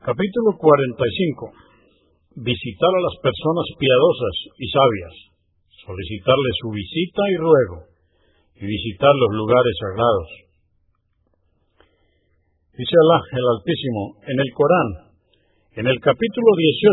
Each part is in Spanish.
Capítulo 45. Visitar a las personas piadosas y sabias, solicitarles su visita y ruego, y visitar los lugares sagrados. Dice Alá el Altísimo en el Corán, en el capítulo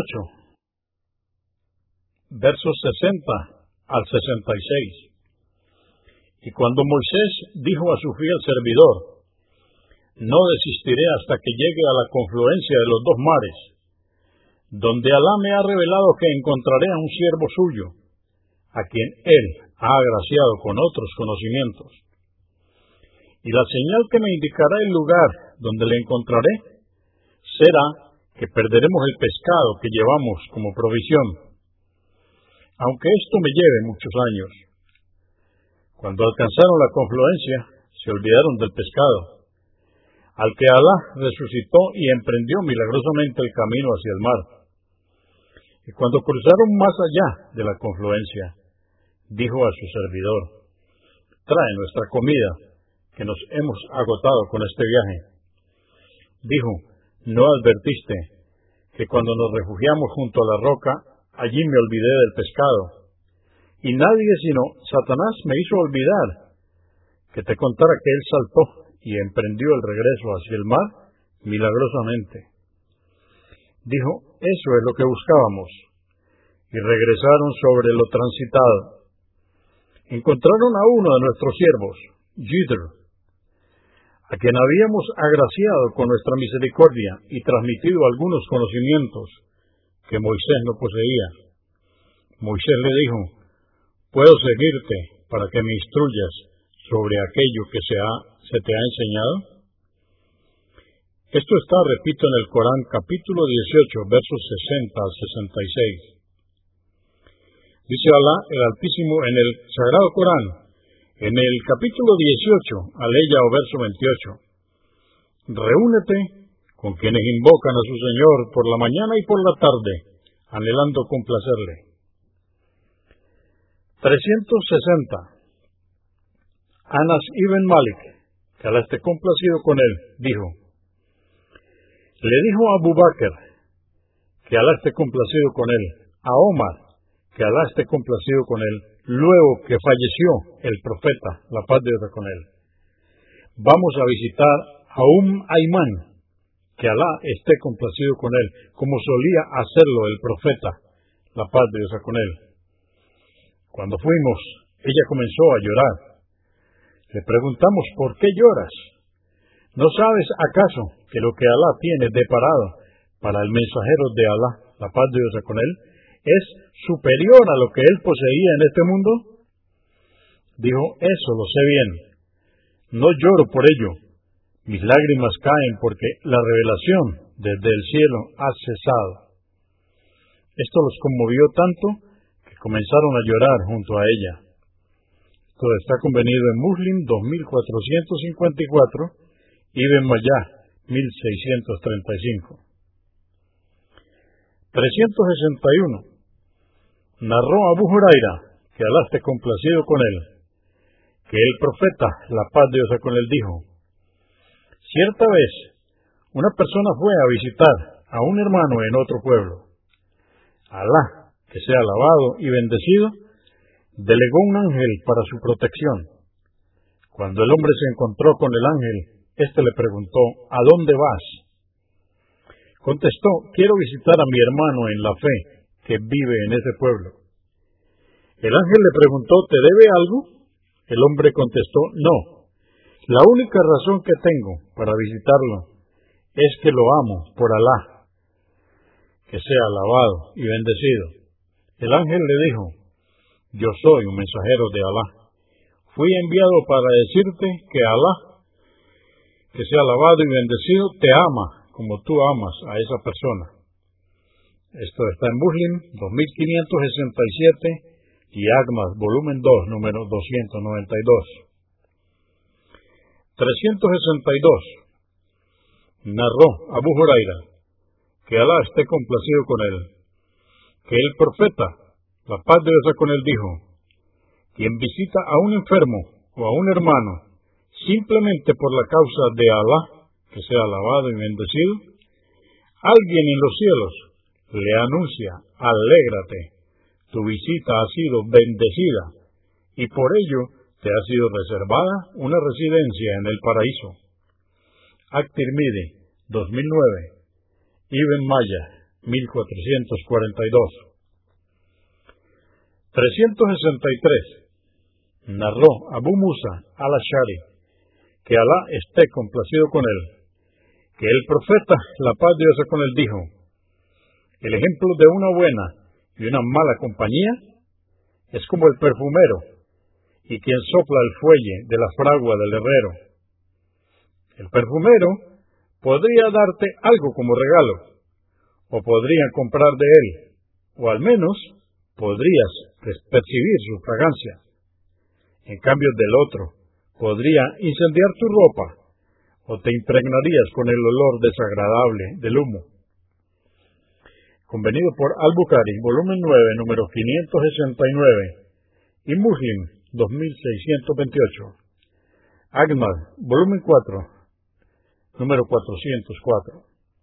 18, versos 60 al 66. Y cuando Moisés dijo a su fiel servidor: no desistiré hasta que llegue a la confluencia de los dos mares, donde Alá me ha revelado que encontraré a un siervo suyo, a quien Él ha agraciado con otros conocimientos. Y la señal que me indicará el lugar donde le encontraré será que perderemos el pescado que llevamos como provisión, aunque esto me lleve muchos años. Cuando alcanzaron la confluencia, se olvidaron del pescado, al que Alá resucitó y emprendió milagrosamente el camino hacia el mar. Y cuando cruzaron más allá de la confluencia, dijo a su servidor: trae nuestra comida, que nos hemos agotado con este viaje. Dijo: ¿no advertiste que cuando nos refugiamos junto a la roca, allí me olvidé del pescado? Y nadie sino Satanás me hizo olvidar que te contara que él saltó y emprendió el regreso hacia el mar milagrosamente. Dijo: eso es lo que buscábamos. Y regresaron sobre lo transitado. Encontraron a uno de nuestros siervos, Yidr, a quien habíamos agraciado con nuestra misericordia y transmitido algunos conocimientos que Moisés no poseía. Moisés le dijo: ¿puedo seguirte para que me instruyas sobre aquello que se te ha enseñado? Esto está, repito, en el Corán, capítulo 18, versos 60 al 66. Dice Alá el Altísimo en el Sagrado Corán, en el capítulo 18, aleya o verso 28. Reúnete con quienes invocan a su Señor por la mañana y por la tarde, anhelando complacerle. 360. Anas ibn Malik, que Alá esté complacido con él, dijo: le dijo a Abu Bakr, que Alá esté complacido con él, a Omar, que Alá esté complacido con él, luego que falleció el profeta, la paz de Dios con él: vamos a visitar a Ayman, que Alá esté complacido con él, como solía hacerlo el profeta, la paz de Dios con él. Cuando fuimos, ella comenzó a llorar. Le preguntamos: ¿por qué lloras? ¿No sabes acaso que lo que Alá tiene deparado para el mensajero de Alá, la paz de Dios con él, es superior a lo que él poseía en este mundo? Dijo: eso lo sé bien. No lloro por ello. Mis lágrimas caen porque la revelación desde el cielo ha cesado. Esto los conmovió tanto que comenzaron a llorar junto a ella. Esto está convenido en Muslim 2454 y Ibn Majah 1635. 361. Narró Abu Huraira, que Alá esté complacido con él, que el profeta, la paz de Dios con él, dijo: cierta vez una persona fue a visitar a un hermano en otro pueblo. Alá, que sea alabado y bendecido, delegó un ángel para su protección. Cuando el hombre se encontró con el ángel, éste le preguntó: ¿a dónde vas? Contestó: quiero visitar a mi hermano en la fe, que vive en ese pueblo. El ángel le preguntó: ¿te debe algo? El hombre contestó: no. La única razón que tengo para visitarlo es que lo amo por Alá, que sea alabado y bendecido. El ángel le dijo: yo soy un mensajero de Alá. Fui enviado para decirte que Alá, que sea alabado y bendecido, te ama como tú amas a esa persona. Esto está en Muslim 2567 y Agmas, volumen 2, número 292. 362. Narró Abu Huraira, que Alá esté complacido con él, que el profeta, la paz de Dios con él, dijo: quien visita a un enfermo o a un hermano simplemente por la causa de Alá, que sea alabado y bendecido, alguien en los cielos le anuncia: alégrate, tu visita ha sido bendecida, y por ello te ha sido reservada una residencia en el paraíso. At-Tirmidhi, 2009, Ibn Majah, 1442. 363. Narró Abu Musa al-Ash'ari, que Alá esté complacido con él, que el profeta, la paz de Dios con él, dijo: el ejemplo de una buena y una mala compañía es como el perfumero y quien sopla el fuelle de la fragua del herrero. El perfumero podría darte algo como regalo, o podrían comprar de él, o al menos podrías percibir su fragancia. En cambio del otro, podría incendiar tu ropa, o te impregnarías con el olor desagradable del humo. Convenido por Al-Bukhari, volumen 9, número 569, y Muslim, 2628. Ahmad, volumen 4, número 404.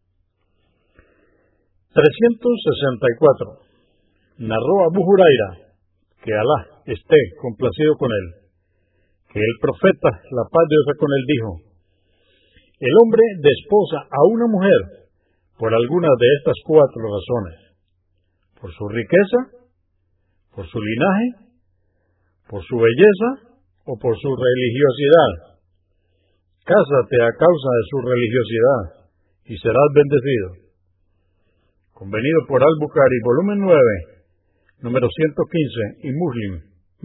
364. Narró Abu Huraira, que Alá esté complacido con él, que el profeta, la paz de Dios con él, dijo: el hombre desposa a una mujer por alguna de estas 4 razones: por su riqueza, por su linaje, por su belleza o por su religiosidad. Cásate a causa de su religiosidad y serás bendecido. Convenido por Al-Bukhari, volumen 9, número 115, y Muslim,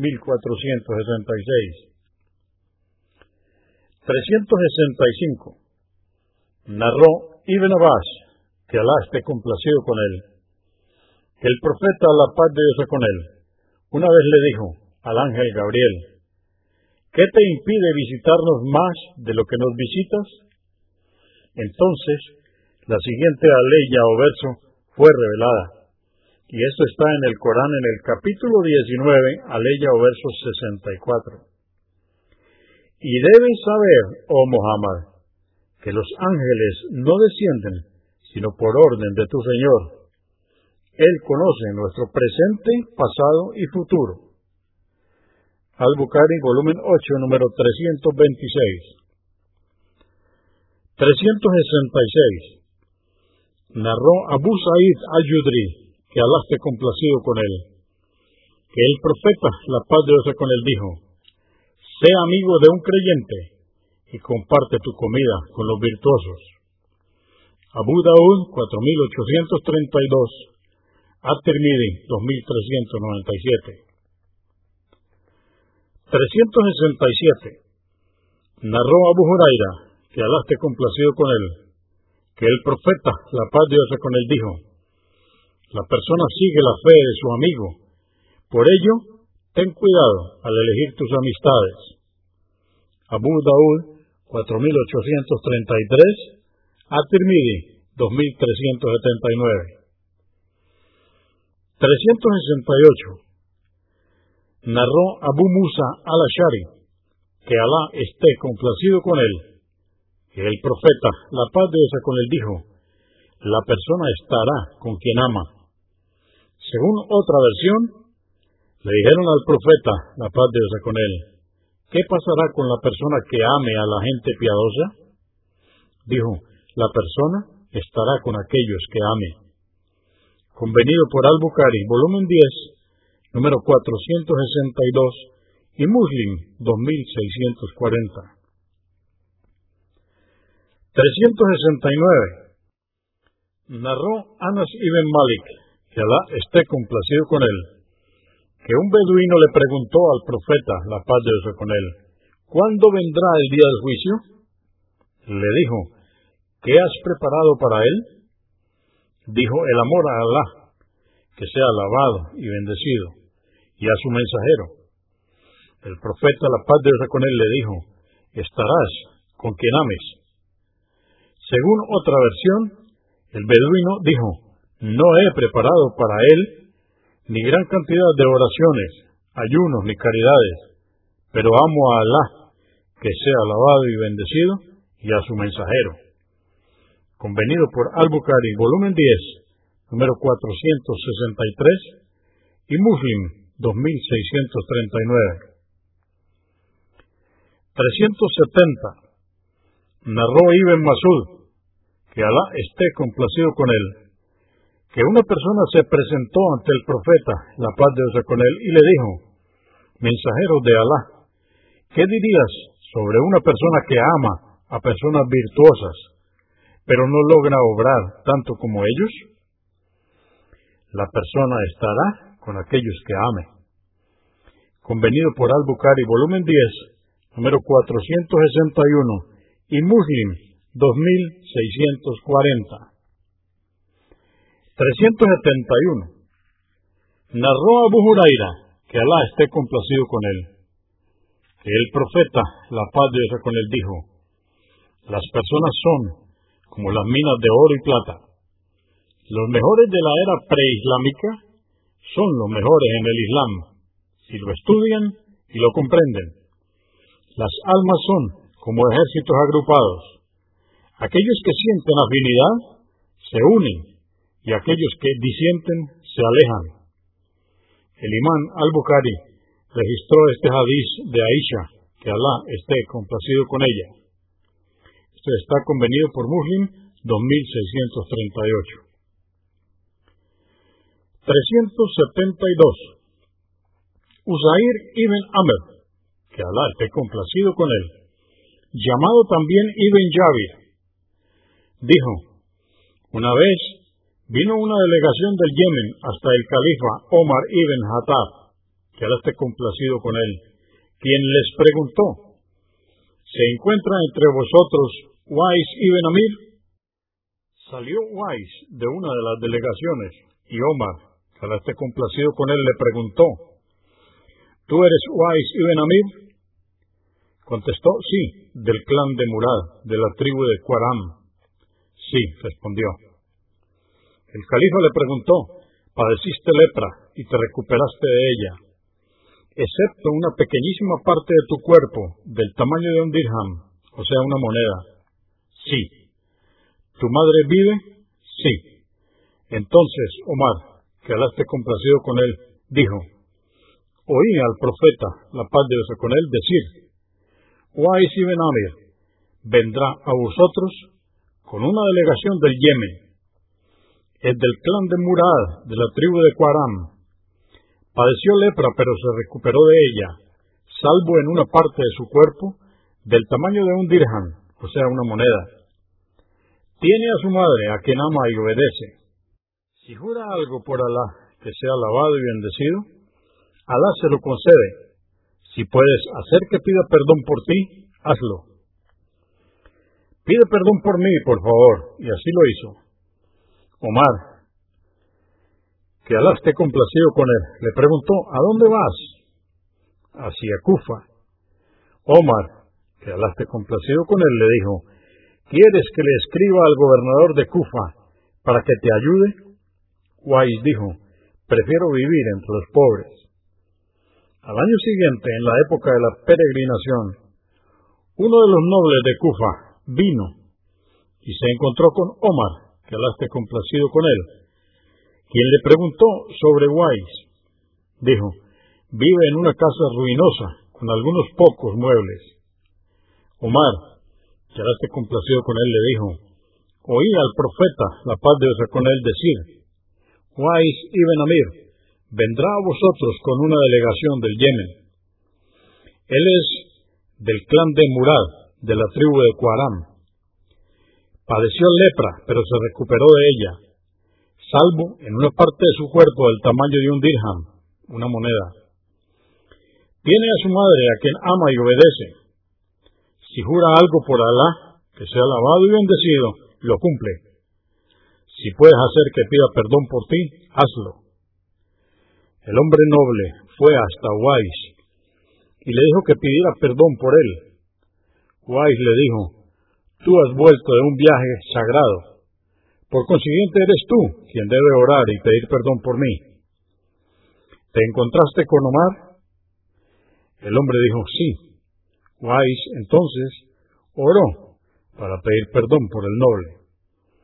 1466. 365. Narró Ibn Abbas, que Alá esté complacido con él, que el profeta, la paz de Dios con él, una vez le dijo al ángel Gabriel: ¿qué te impide visitarnos más de lo que nos visitas? Entonces, la siguiente aleya o verso fue revelada, y esto está en el Corán en el capítulo 19, aleya o verso 64. Y debes saber, oh Muhammad, que los ángeles no descienden sino por orden de tu Señor. Él conoce nuestro presente, pasado y futuro. Al-Bukhari, volumen 8, número 326. 366. Narró Abu Sa'id al-Yudri, que Alá esté complacido con él, que el profeta, la paz de Dios con él, dijo: sé amigo de un creyente y comparte tu comida con los virtuosos. Abu Daud, 4832, At-Tirmidhi, 2397. 367. Narró Abu Huraira, que Alá esté complacido con él, que el profeta, la paz de Dios con él, dijo: la persona sigue la fe de su amigo, por ello, ten cuidado al elegir tus amistades. Abu Daud, 4833, At-Tirmidhi, 2379. 368. Narró Abu Musa al-Ash'ari, que Alá esté complacido con él, que el profeta, la paz de Dios con él, dijo: la persona estará con quien ama. Según otra versión, le dijeron al profeta, la paz de Dios con él: ¿qué pasará con la persona que ame a la gente piadosa? Dijo: la persona estará con aquellos que ame. Convenido por Al-Bukhari, volumen 10, número 462, y Muslim, 2640. 369. Narró Anas ibn Malik, que Alá esté complacido con él, que un beduino le preguntó al profeta, la paz de Dios con él: ¿cuándo vendrá el día del juicio? Le dijo: ¿qué has preparado para él? Dijo: el amor a Alá, que sea alabado y bendecido, y a su mensajero. El profeta, la paz de Dios con él, le dijo: estarás con quien ames. Según otra versión, el beduino dijo: no he preparado para él ni gran cantidad de oraciones, ayunos ni caridades, pero amo a Alá, que sea alabado y bendecido, y a su mensajero. convenido por Al-Bukhari, volumen 10, número 463, y Muslim, 2639. 370. Narró Ibn Mas'ud, que Alá esté complacido con él, que una persona se presentó ante el profeta, la paz de Dios con él, y le dijo: mensajero de Alá, ¿qué dirías sobre una persona que ama a personas virtuosas, pero no logra obrar tanto como ellos? La persona estará con aquellos que ame. Convenido por Al-Bukhari, volumen 10, número 461, y Muslim, 2640. 371. Narró Abu Huraira, que Alá esté complacido con él, que el profeta, la paz de Dios con él, dijo: las personas son como las minas de oro y plata. Los mejores de la era preislámica son los mejores en el Islam, si lo estudian y lo comprenden. Las almas son como ejércitos agrupados. Aquellos que sienten afinidad se unen, y aquellos que disienten se alejan. El imán Al-Bukhari registró este hadiz de Aisha, que Alá esté complacido con ella. Esto está convenido por Muslim, 2638. 372. Uzair ibn Amr, que Alá esté complacido con él, llamado también Ibn Jabir, dijo: una vez vino una delegación del Yemen hasta el califa Omar ibn Khattab, que Alá esté complacido con él, quien les preguntó: ¿se encuentra entre vosotros Wais ibn Amir? Salió Wais de una de las delegaciones, y Omar, que Alá esté complacido con él, le preguntó: ¿tú eres Wais ibn Amir? Contestó: sí, del clan de Murad, de la tribu de Qaram. Sí, respondió. El califa le preguntó: padeciste lepra y te recuperaste de ella, excepto una pequeñísima parte de tu cuerpo, del tamaño de un dirham, o sea, una moneda. Sí. ¿Tu madre vive? Sí. Entonces Omar, que Alá esté complacido con él, dijo: oí al profeta, la paz de Dios con él, decir: Wais ibn Amir vendrá a vosotros con una delegación del Yemen. Es del clan de Murad, de la tribu de Qaram. Padeció lepra, pero se recuperó de ella, salvo en una parte de su cuerpo, del tamaño de un dirham, o sea, una moneda. Tiene a su madre, a quien ama y obedece. Si jura algo por Alá, que sea alabado y bendecido, Alá se lo concede. Si puedes hacer que pida perdón por ti, hazlo. Pide perdón por mí, por favor, y así lo hizo. Omar, que Alá esté complacido con él, le preguntó: ¿a dónde vas? Hacia Kufa. Omar, que Alá esté complacido con él, le dijo: ¿quieres que le escriba al gobernador de Kufa para que te ayude? Wais dijo: prefiero vivir entre los pobres. Al año siguiente, en la época de la peregrinación, uno de los nobles de Kufa vino y se encontró con Omar, que Alá esté complacido con él, quien le preguntó sobre Wais. Dijo: vive en una casa ruinosa, con algunos pocos muebles. Omar, que Alá esté complacido con él, le dijo: oí al profeta, la paz de Dios con él, decir: Wais ibn Amir vendrá a vosotros con una delegación del Yemen. Él es del clan de Murad, de la tribu de Qaram. Padeció lepra, pero se recuperó de ella, salvo en una parte de su cuerpo del tamaño de un dirham, una moneda. Tiene a su madre, a quien ama y obedece. Si jura algo por Alá, que sea alabado y bendecido, lo cumple. Si puedes hacer que pida perdón por ti, hazlo. El hombre noble fue hasta Wais y le dijo que pidiera perdón por él. Wais le dijo: tú has vuelto de un viaje sagrado. Por consiguiente eres tú quien debe orar y pedir perdón por mí. ¿Te encontraste con Omar? El hombre dijo: sí. Wais entonces oró para pedir perdón por el noble.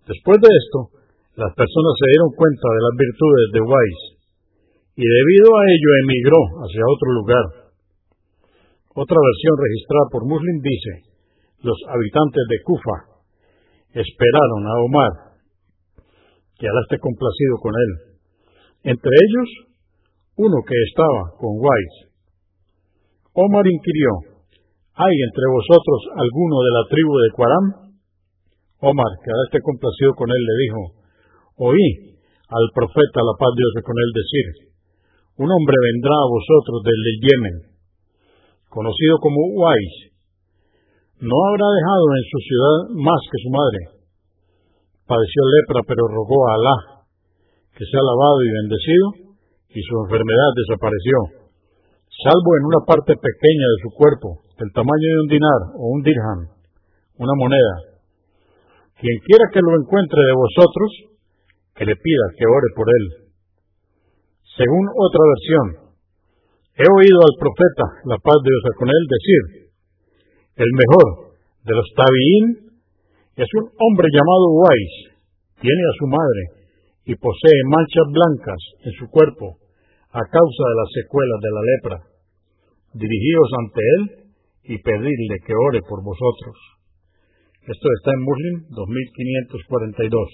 Después de esto, las personas se dieron cuenta de las virtudes de Uwais, y debido a ello emigró hacia otro lugar. Otra versión registrada por Muslim dice: los habitantes de Kufa esperaron a Omar, que Alá esté complacido con él. Entre ellos, uno que estaba con Uwais. Omar inquirió: ¿hay entre vosotros alguno de la tribu de Qaram? Omar, que Alá esté complacido con él, le dijo: oí al profeta, la paz de Dios con él, decir: un hombre vendrá a vosotros desde el Yemen, conocido como Uwais. No habrá dejado en su ciudad más que su madre. Padeció lepra, pero rogó a Alá, que sea alabado y bendecido, y su enfermedad desapareció, salvo en una parte pequeña de su cuerpo, del tamaño de un dinar o un dirham, una moneda. Quien quiera que lo encuentre de vosotros, que le pida que ore por él. Según otra versión, he oído al profeta, la paz de Dios con él, decir: el mejor de los tabiín es un hombre llamado Uwais, tiene a su madre y posee manchas blancas en su cuerpo a causa de las secuelas de la lepra. Dirigíos ante él y pedidle que ore por vosotros. Esto está en Muslim 2542.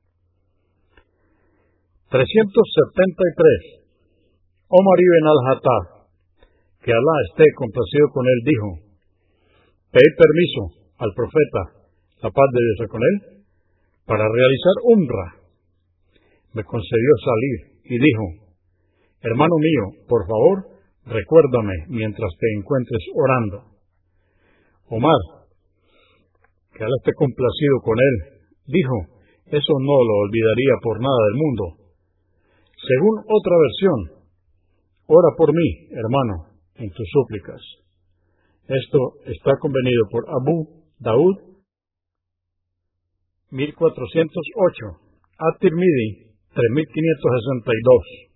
373. Omar ibn al-Hattab, que Alá esté complacido con él, dijo: pedí permiso al profeta, la paz de Dios con él, para realizar umra. Me concedió salir y dijo: hermano mío, por favor, recuérdame mientras te encuentres orando. Omar, que Alá esté complacido con él, dijo: eso no lo olvidaría por nada del mundo. Según otra versión, ora por mí, hermano, en tus súplicas. Esto está convenido por Abu Daud 1408, At-Tirmidhi 3562.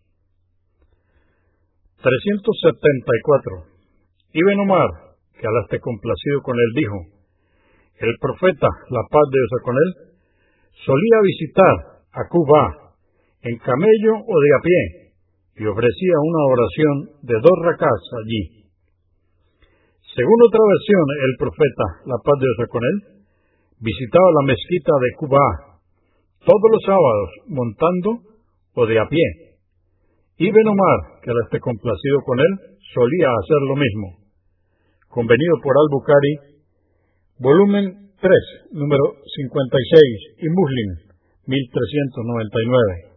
374. Ibn Umar, que Alá esté complacido con él, dijo: el profeta, la paz de Dios con él, solía visitar a Quba en camello o de a pie y ofrecía una oración de 2 rakats allí. Según otra versión, el profeta, la paz de Dios con él, visitaba la mezquita de Quba todos los sábados montando o de a pie. Ibn Umar, que Alá esté complacido con él, solía hacer lo mismo. Convenido por Al-Bukhari, volumen 3, número 56, y Muslim 1399.